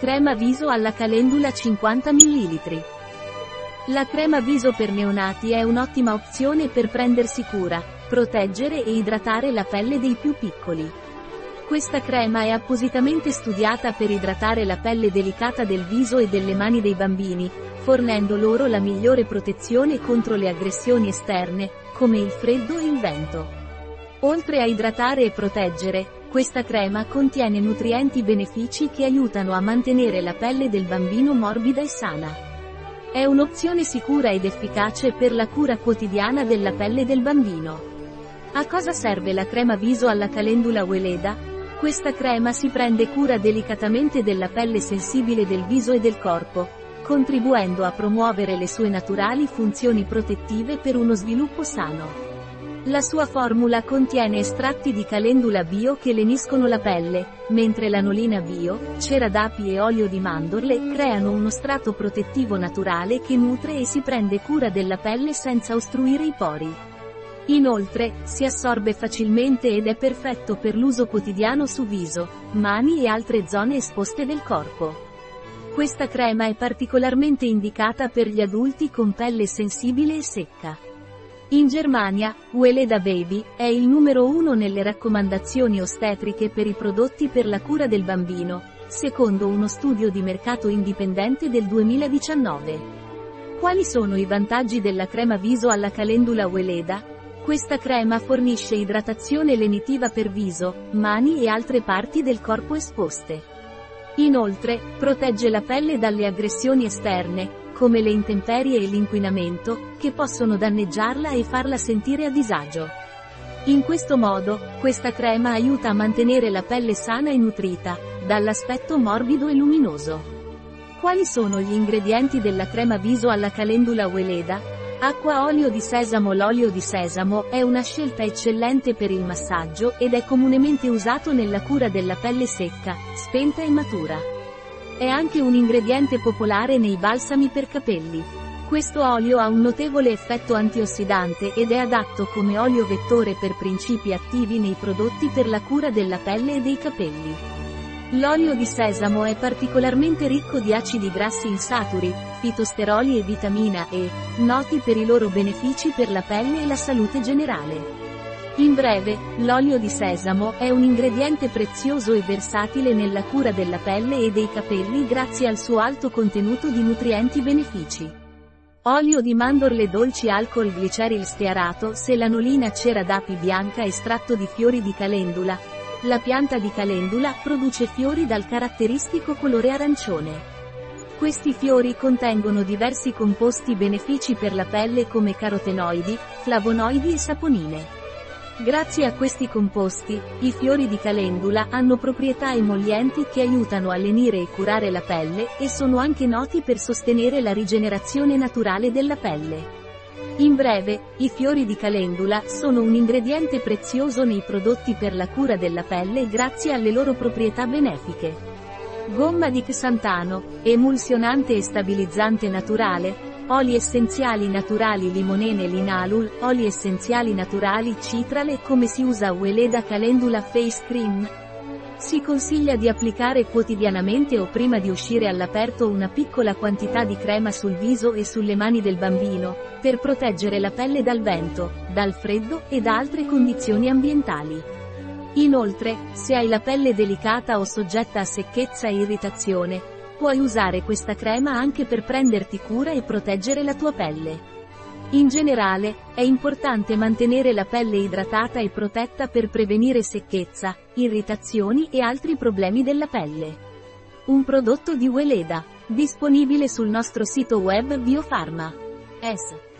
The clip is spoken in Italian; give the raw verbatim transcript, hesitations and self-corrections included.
Crema viso alla calendula cinquanta millilitri. La crema viso per neonati è un'ottima opzione per prendersi cura, proteggere e idratare la pelle dei più piccoli. Questa crema è appositamente studiata per idratare la pelle delicata del viso e delle mani dei bambini, fornendo loro la migliore protezione contro le aggressioni esterne, come il freddo e il vento. Oltre a idratare e proteggere, questa crema contiene nutrienti benefici che aiutano a mantenere la pelle del bambino morbida e sana. È un'opzione sicura ed efficace per la cura quotidiana della pelle del bambino. A cosa serve la crema viso alla calendula Weleda? Questa crema si prende cura delicatamente della pelle sensibile del viso e del corpo, contribuendo a promuovere le sue naturali funzioni protettive per uno sviluppo sano. La sua formula contiene estratti di calendula bio che leniscono la pelle, mentre l'anolina bio, cera d'api e olio di mandorle creano uno strato protettivo naturale che nutre e si prende cura della pelle senza ostruire i pori. Inoltre, si assorbe facilmente ed è perfetto per l'uso quotidiano su viso, mani e altre zone esposte del corpo. Questa crema è particolarmente indicata per gli adulti con pelle sensibile e secca. In Germania, Weleda Baby è il numero uno nelle raccomandazioni ostetriche per i prodotti per la cura del bambino, secondo uno studio di mercato indipendente del duemiladiciannove. Quali sono i vantaggi della crema viso alla calendula Weleda? Questa crema fornisce idratazione lenitiva per viso, mani e altre parti del corpo esposte. Inoltre, protegge la pelle dalle aggressioni esterne, come le intemperie e l'inquinamento, che possono danneggiarla e farla sentire a disagio. In questo modo, questa crema aiuta a mantenere la pelle sana e nutrita, dall'aspetto morbido e luminoso. Quali sono gli ingredienti della crema viso alla calendula Weleda? Acqua, olio di sesamo. L'olio di sesamo è una scelta eccellente per il massaggio ed è comunemente usato nella cura della pelle secca, spenta e matura. È anche un ingrediente popolare nei balsami per capelli. Questo olio ha un notevole effetto antiossidante ed è adatto come olio vettore per principi attivi nei prodotti per la cura della pelle e dei capelli. L'olio di sesamo è particolarmente ricco di acidi grassi insaturi, fitosteroli e vitamina E, noti per i loro benefici per la pelle e la salute generale. In breve, l'olio di sesamo è un ingrediente prezioso e versatile nella cura della pelle e dei capelli grazie al suo alto contenuto di nutrienti benefici. Olio di mandorle dolci, alcol gliceril stearato, selanolina, cera d'api bianca, estratto di fiori di calendula. La pianta di calendula produce fiori dal caratteristico colore arancione. Questi fiori contengono diversi composti benefici per la pelle come carotenoidi, flavonoidi e saponine. Grazie a questi composti, i fiori di calendula hanno proprietà emollienti che aiutano a lenire e curare la pelle e sono anche noti per sostenere la rigenerazione naturale della pelle. In breve, i fiori di calendula sono un ingrediente prezioso nei prodotti per la cura della pelle grazie alle loro proprietà benefiche. Gomma di xantano, emulsionante e stabilizzante naturale. Oli essenziali naturali limonene linalul, oli essenziali naturali citrale. Come si usa Weleda Calendula Face Cream? Si consiglia di applicare quotidianamente o prima di uscire all'aperto una piccola quantità di crema sul viso e sulle mani del bambino, per proteggere la pelle dal vento, dal freddo e da altre condizioni ambientali. Inoltre, se hai la pelle delicata o soggetta a secchezza e irritazione, puoi usare questa crema anche per prenderti cura e proteggere la tua pelle. In generale, è importante mantenere la pelle idratata e protetta per prevenire secchezza, irritazioni e altri problemi della pelle. Un prodotto di Weleda, disponibile sul nostro sito web Biofarma. S.